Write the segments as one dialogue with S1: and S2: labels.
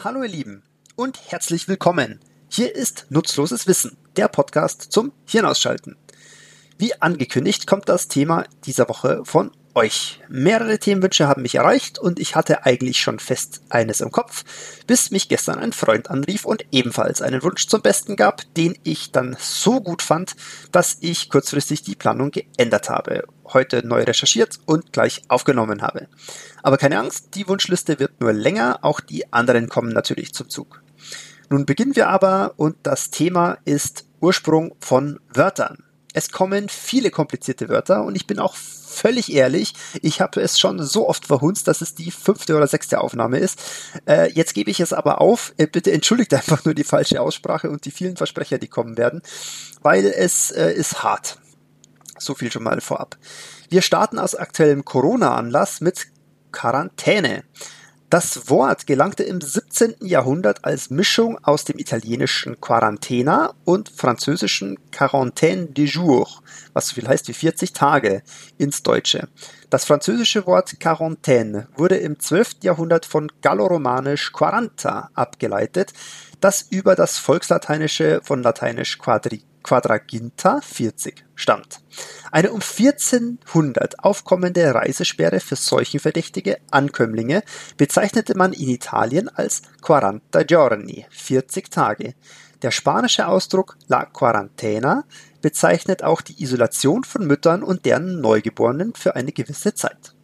S1: Hallo ihr Lieben und herzlich willkommen. Hier ist Nutzloses Wissen, der Podcast zum Hirnausschalten. Wie angekündigt kommt das Thema dieser Woche von euch. Mehrere Themenwünsche haben mich erreicht und ich hatte eigentlich schon fest eines im Kopf, bis mich gestern ein Freund anrief und ebenfalls einen Wunsch zum Besten gab, den ich dann so gut fand, dass ich kurzfristig die Planung geändert habe, heute neu recherchiert und gleich aufgenommen habe. Aber keine Angst, die Wunschliste wird nur länger, auch die anderen kommen natürlich zum Zug. Nun beginnen wir aber und das Thema ist Ursprung von Wörtern. Es kommen viele komplizierte Wörter und ich bin auch völlig ehrlich, ich habe es schon so oft verhunzt, dass es die 5. oder 6. Aufnahme ist. Jetzt gebe ich es aber auf. Bitte entschuldigt einfach nur die falsche Aussprache und die vielen Versprecher, die kommen werden, weil es ist hart. So viel schon mal vorab. Wir starten aus aktuellem Corona-Anlass mit Quarantäne. Das Wort gelangte im 17. Jahrhundert als Mischung aus dem italienischen Quarantena und französischen Quarantaine de jours, was so viel heißt wie 40 Tage, ins Deutsche. Das französische Wort Quarantaine wurde im 12. Jahrhundert von galloromanisch quaranta abgeleitet, das über das Volkslateinische von lateinisch quadraginta 40 stammt. Eine um 1400 aufkommende Reisesperre für seuchenverdächtige Ankömmlinge bezeichnete man in Italien als 40 giorni, 40 Tage. Der spanische Ausdruck la cuarentena bezeichnet auch die Isolation von Müttern und deren Neugeborenen für eine gewisse Zeit.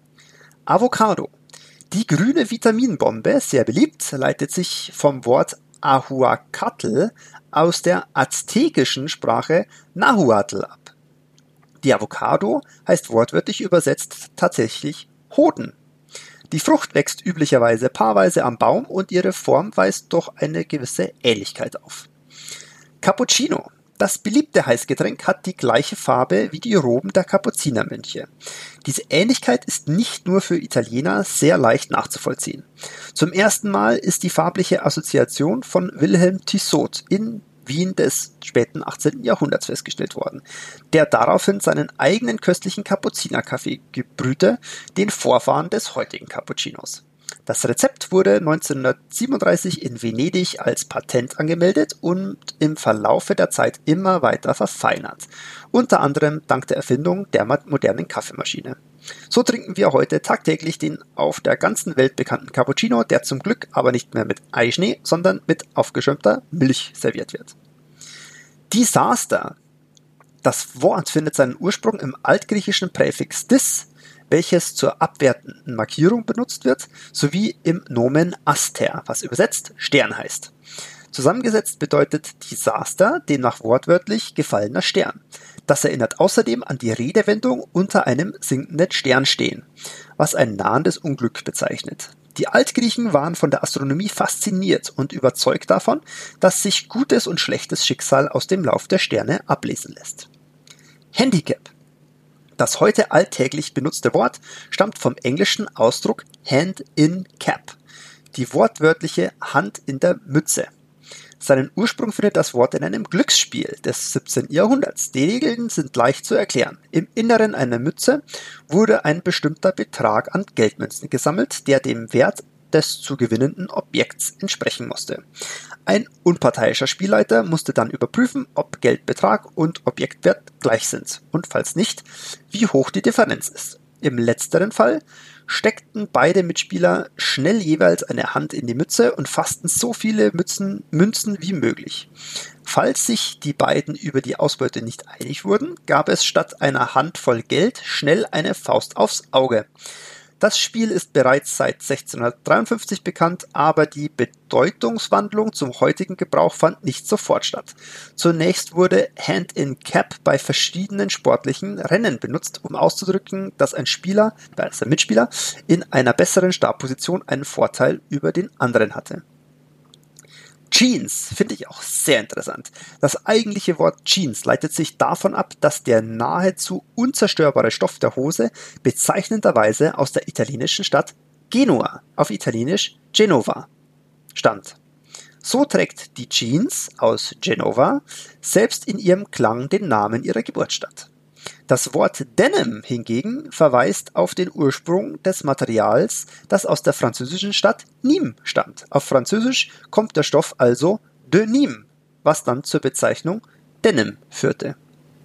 S1: Avocado. Die grüne Vitaminbombe, sehr beliebt, leitet sich vom Wort Ahuacatl aus der aztekischen Sprache Nahuatl ab. Die Avocado heißt wortwörtlich übersetzt tatsächlich Hoden. Die Frucht wächst üblicherweise paarweise am Baum und ihre Form weist doch eine gewisse Ähnlichkeit auf. Cappuccino. Das beliebte Heißgetränk hat die gleiche Farbe wie die Roben der Kapuzinermönche. Diese Ähnlichkeit ist nicht nur für Italiener sehr leicht nachzuvollziehen. Zum ersten Mal ist die farbliche Assoziation von Wilhelm Tissot in Wien des späten 18. Jahrhunderts festgestellt worden, der daraufhin seinen eigenen köstlichen Kapuzinerkaffee gebrühte, den Vorfahren des heutigen Cappuccinos. Das Rezept wurde 1937 in Venedig als Patent angemeldet und im Verlaufe der Zeit immer weiter verfeinert, unter anderem dank der Erfindung der modernen Kaffeemaschine. So trinken wir heute tagtäglich den auf der ganzen Welt bekannten Cappuccino, der zum Glück aber nicht mehr mit Eischnee, sondern mit aufgeschäumter Milch serviert wird. Disaster. Das Wort findet seinen Ursprung im altgriechischen Präfix dis, welches zur abwertenden Markierung benutzt wird, sowie im Nomen aster, was übersetzt Stern heißt. Zusammengesetzt bedeutet Disaster demnach wortwörtlich gefallener Stern. Das erinnert außerdem an die Redewendung unter einem sinkenden Stern stehen, was ein nahendes Unglück bezeichnet. Die Altgriechen waren von der Astronomie fasziniert und überzeugt davon, dass sich gutes und schlechtes Schicksal aus dem Lauf der Sterne ablesen lässt. Handicap. Das heute alltäglich benutzte Wort stammt vom englischen Ausdruck Hand in Cap, die wortwörtliche Hand in der Mütze. Seinen Ursprung findet das Wort in einem Glücksspiel des 17. Jahrhunderts. Die Regeln sind leicht zu erklären. Im Inneren einer Mütze wurde ein bestimmter Betrag an Geldmünzen gesammelt, der dem Wert des zu gewinnenden Objekts entsprechen musste. Ein unparteiischer Spielleiter musste dann überprüfen, ob Geldbetrag und Objektwert gleich sind und falls nicht, wie hoch die Differenz ist. Im letzteren Fall steckten beide Mitspieler schnell jeweils eine Hand in die Mütze und fassten so viele Münzen wie möglich. Falls sich die beiden über die Ausbeute nicht einig wurden, gab es statt einer Handvoll Geld schnell eine Faust aufs Auge. Das Spiel ist bereits seit 1653 bekannt, aber die Bedeutungswandlung zum heutigen Gebrauch fand nicht sofort statt. Zunächst wurde Hand in Cap bei verschiedenen sportlichen Rennen benutzt, um auszudrücken, dass ein Mitspieler in einer besseren Startposition einen Vorteil über den anderen hatte. Jeans finde ich auch sehr interessant. Das eigentliche Wort Jeans leitet sich davon ab, dass der nahezu unzerstörbare Stoff der Hose bezeichnenderweise aus der italienischen Stadt Genua, auf Italienisch Genova, stammt. So trägt die Jeans aus Genova selbst in ihrem Klang den Namen ihrer Geburtsstadt. Das Wort Denim hingegen verweist auf den Ursprung des Materials, das aus der französischen Stadt Nîmes stammt. Auf Französisch kommt der Stoff also de Nîmes, was dann zur Bezeichnung Denim führte.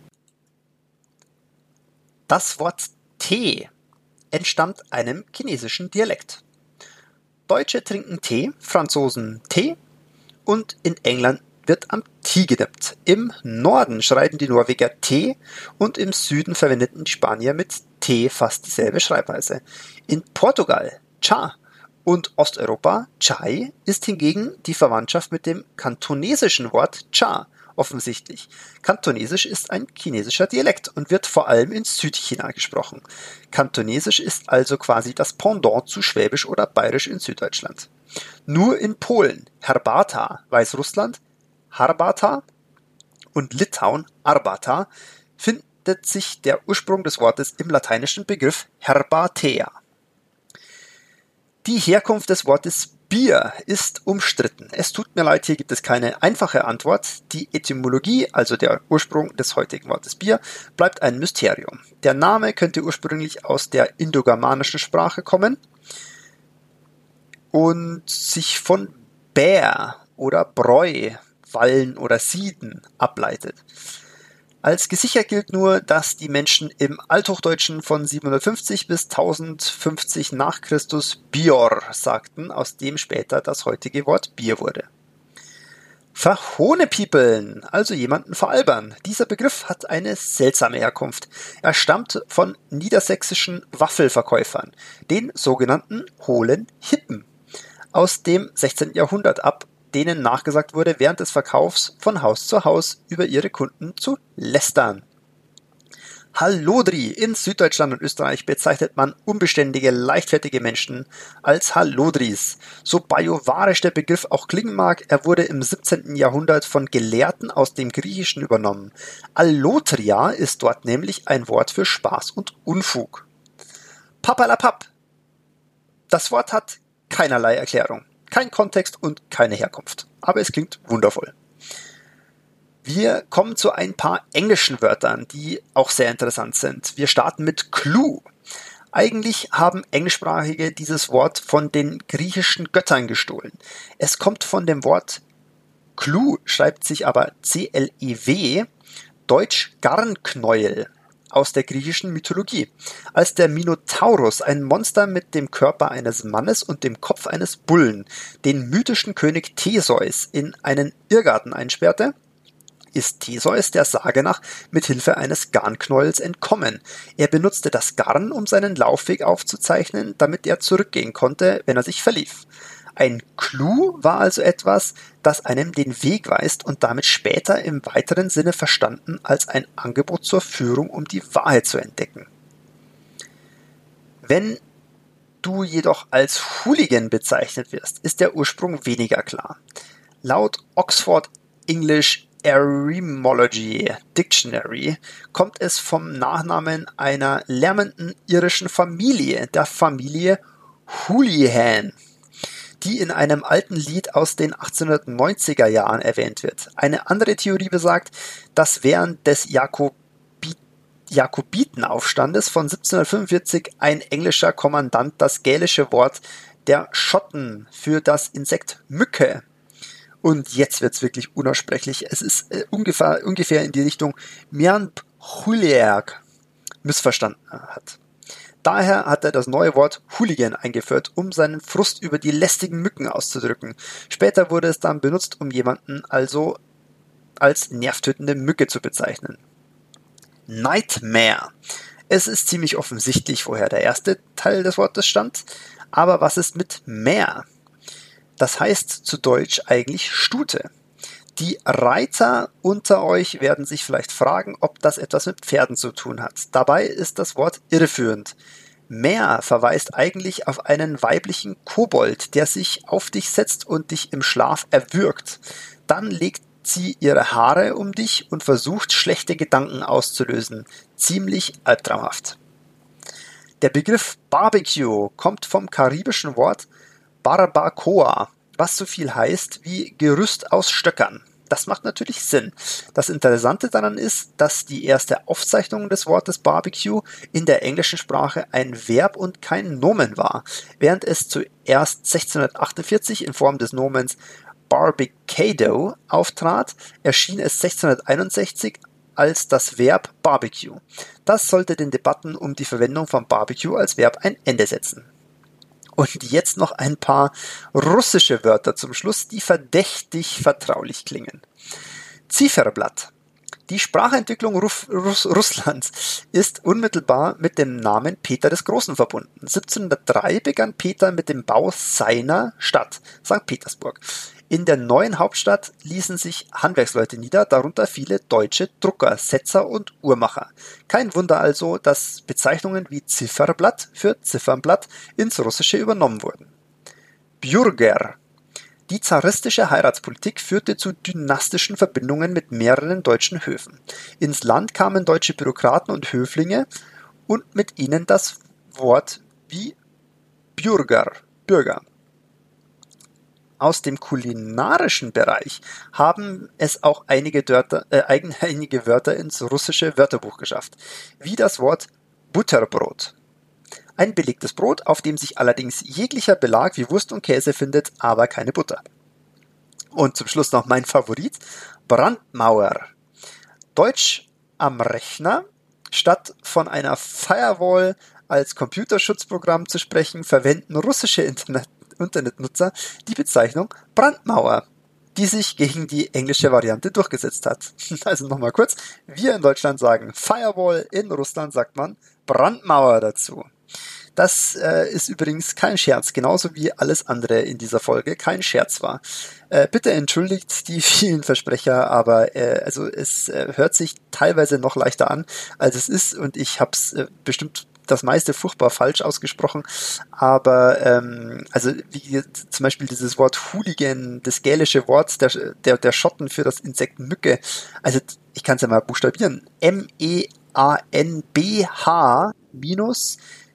S1: Das Wort Tee entstammt einem chinesischen Dialekt. Deutsche trinken Tee, Franzosen Tee und in England wird am Tee gedippt. Im Norden schreiben die Norweger Tee und im Süden verwendeten die Spanier mit Tee fast dieselbe Schreibweise. In Portugal Cha und Osteuropa Chai ist hingegen die Verwandtschaft mit dem kantonesischen Wort Cha offensichtlich. Kantonesisch ist ein chinesischer Dialekt und wird vor allem in Südchina gesprochen. Kantonesisch ist also quasi das Pendant zu Schwäbisch oder Bayerisch in Süddeutschland. Nur in Polen, Herbata, Weißrussland, Harbata und Litauen, Arbata, findet sich der Ursprung des Wortes im lateinischen Begriff Herbatea. Die Herkunft des Wortes Bier ist umstritten. Es tut mir leid, hier gibt es keine einfache Antwort. Die Etymologie, also der Ursprung des heutigen Wortes Bier, bleibt ein Mysterium. Der Name könnte ursprünglich aus der indogermanischen Sprache kommen und sich von Bär oder Bräu, Wallen oder Sieden ableitet. Als gesichert gilt nur, dass die Menschen im Althochdeutschen von 750 bis 1050 nach Christus Bior sagten, aus dem später das heutige Wort Bier wurde. Verhohnepiepeln, also jemanden veralbern. Dieser Begriff hat eine seltsame Herkunft. Er stammt von niedersächsischen Waffelverkäufern, den sogenannten hohlen Hippen, aus dem 16. Jahrhundert ab, denen nachgesagt wurde, während des Verkaufs von Haus zu Haus über ihre Kunden zu lästern. Hallodri. In Süddeutschland und Österreich bezeichnet man unbeständige, leichtfertige Menschen als Hallodris. So bajovarisch der Begriff auch klingen mag, er wurde im 17. Jahrhundert von Gelehrten aus dem Griechischen übernommen. Allotria ist dort nämlich ein Wort für Spaß und Unfug. Papperlapapp. Das Wort hat keinerlei Erklärung. Kein Kontext und keine Herkunft. Aber es klingt wundervoll. Wir kommen zu ein paar englischen Wörtern, die auch sehr interessant sind. Wir starten mit Clou. Eigentlich haben Englischsprachige dieses Wort von den griechischen Göttern gestohlen. Es kommt von dem Wort Clou, schreibt sich aber C-L-E-W, deutsch Garnknäuel, aus der griechischen Mythologie. Als der Minotaurus, ein Monster mit dem Körper eines Mannes und dem Kopf eines Bullen, den mythischen König Theseus in einen Irrgarten einsperrte, ist Theseus der Sage nach mit Hilfe eines Garnknäuels entkommen. Er benutzte das Garn, um seinen Laufweg aufzuzeichnen, damit er zurückgehen konnte, wenn er sich verlief. Ein Clou war also etwas, das einem den Weg weist und damit später im weiteren Sinne verstanden als ein Angebot zur Führung, um die Wahrheit zu entdecken. Wenn du jedoch als Hooligan bezeichnet wirst, ist der Ursprung weniger klar. Laut Oxford English Etymology Dictionary kommt es vom Nachnamen einer lärmenden irischen Familie, der Familie Houlihan, die in einem alten Lied aus den 1890er Jahren erwähnt wird. Eine andere Theorie besagt, dass während des Jakobitenaufstandes von 1745 ein englischer Kommandant das gälische Wort der Schotten für das Insekt Mücke, und jetzt wird's wirklich unaussprechlich, es ist ungefähr in die Richtung Mianp Chuliak missverstanden hat. Daher hat er das neue Wort Hooligan eingeführt, um seinen Frust über die lästigen Mücken auszudrücken. Später wurde es dann benutzt, um jemanden also als nervtötende Mücke zu bezeichnen. Nightmare. Es ist ziemlich offensichtlich, woher der erste Teil des Wortes stammt, aber was ist mit Mare? Das heißt zu Deutsch eigentlich Stute. Die Reiter unter euch werden sich vielleicht fragen, ob das etwas mit Pferden zu tun hat. Dabei ist das Wort irreführend. Mare verweist eigentlich auf einen weiblichen Kobold, der sich auf dich setzt und dich im Schlaf erwürgt. Dann legt sie ihre Haare um dich und versucht, schlechte Gedanken auszulösen. Ziemlich albtraumhaft. Der Begriff Barbecue kommt vom karibischen Wort Barbacoa, was so viel heißt wie Gerüst aus Stöckern. Das macht natürlich Sinn. Das Interessante daran ist, dass die erste Aufzeichnung des Wortes Barbecue in der englischen Sprache ein Verb und kein Nomen war. Während es zuerst 1648 in Form des Nomens Barbicado auftrat, erschien es 1661 als das Verb Barbecue. Das sollte den Debatten um die Verwendung von Barbecue als Verb ein Ende setzen. Und jetzt noch ein paar russische Wörter zum Schluss, die verdächtig vertraulich klingen. Zifferblatt. Die Sprachentwicklung Russlands ist unmittelbar mit dem Namen Peter des Großen verbunden. 1703 begann Peter mit dem Bau seiner Stadt, St. Petersburg. In der neuen Hauptstadt ließen sich Handwerksleute nieder, darunter viele deutsche Drucker, Setzer und Uhrmacher. Kein Wunder also, dass Bezeichnungen wie Zifferblatt für Ziffernblatt ins Russische übernommen wurden. Bürger. Die zaristische Heiratspolitik führte zu dynastischen Verbindungen mit mehreren deutschen Höfen. Ins Land kamen deutsche Bürokraten und Höflinge und mit ihnen das Wort wie Bürger. Aus dem kulinarischen Bereich haben es auch einige Wörter ins russische Wörterbuch geschafft, wie das Wort Butterbrot. Ein belegtes Brot, auf dem sich allerdings jeglicher Belag wie Wurst und Käse findet, aber keine Butter. Und zum Schluss noch mein Favorit, Brandmauer. Deutsch am Rechner. Statt von einer Firewall als Computerschutzprogramm zu sprechen, verwenden russische Internetnutzer die Bezeichnung Brandmauer, die sich gegen die englische Variante durchgesetzt hat. Also nochmal kurz, wir in Deutschland sagen Firewall, in Russland sagt man Brandmauer dazu. Das ist übrigens kein Scherz, genauso wie alles andere in dieser Folge kein Scherz war. Bitte entschuldigt die vielen Versprecher, aber es hört sich teilweise noch leichter an, als es ist, und ich habe es bestimmt das meiste furchtbar falsch ausgesprochen, aber wie zum Beispiel dieses Wort Hooligan, das gälische Wort der Schotten für das Insekt Mücke, also ich kann es ja mal buchstabieren, MEANBH minus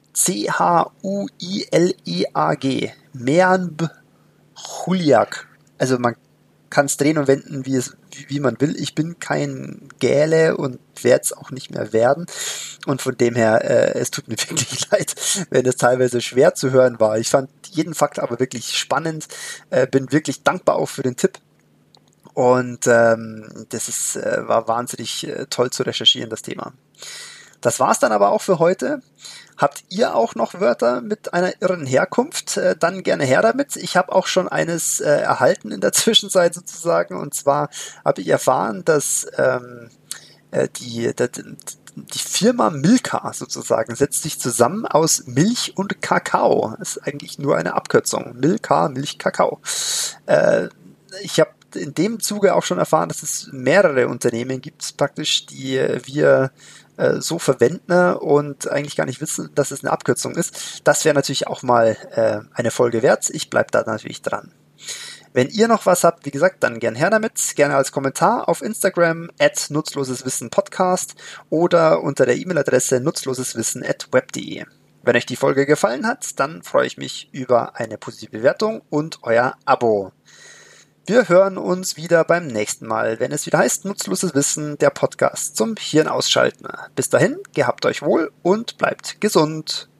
S1: CHUILEAG, Meanb Chuliak. Also man kann es drehen und wenden, wie man will. Ich bin kein Gäle und werde es auch nicht mehr werden. Und von dem her, es tut mir wirklich leid, wenn es teilweise schwer zu hören war. Ich fand jeden Fakt aber wirklich spannend, bin wirklich dankbar auch für den Tipp. Und war wahnsinnig toll zu recherchieren, das Thema. Das war's dann aber auch für heute. Habt ihr auch noch Wörter mit einer irren Herkunft? Dann gerne her damit. Ich habe auch schon eines erhalten in der Zwischenzeit sozusagen. Und zwar habe ich erfahren, dass die Firma Milka sozusagen setzt sich zusammen aus Milch und Kakao. Das ist eigentlich nur eine Abkürzung. Milka, Milch, Kakao. Ich habe in dem Zuge auch schon erfahren, dass es mehrere Unternehmen gibt, praktisch, die wir so verwenden und eigentlich gar nicht wissen, dass es eine Abkürzung ist. Das wäre natürlich auch mal eine Folge wert. Ich bleibe da natürlich dran. Wenn ihr noch was habt, wie gesagt, dann gern her damit. Gerne als Kommentar auf Instagram @nutzloseswissenpodcast oder unter der E-Mail-Adresse nutzloseswissen@web.de. Wenn euch die Folge gefallen hat, dann freue ich mich über eine positive Bewertung und euer Abo. Wir hören uns wieder beim nächsten Mal, wenn es wieder heißt Nutzloses Wissen, der Podcast zum Hirn ausschalten. Bis dahin, gehabt euch wohl und bleibt gesund.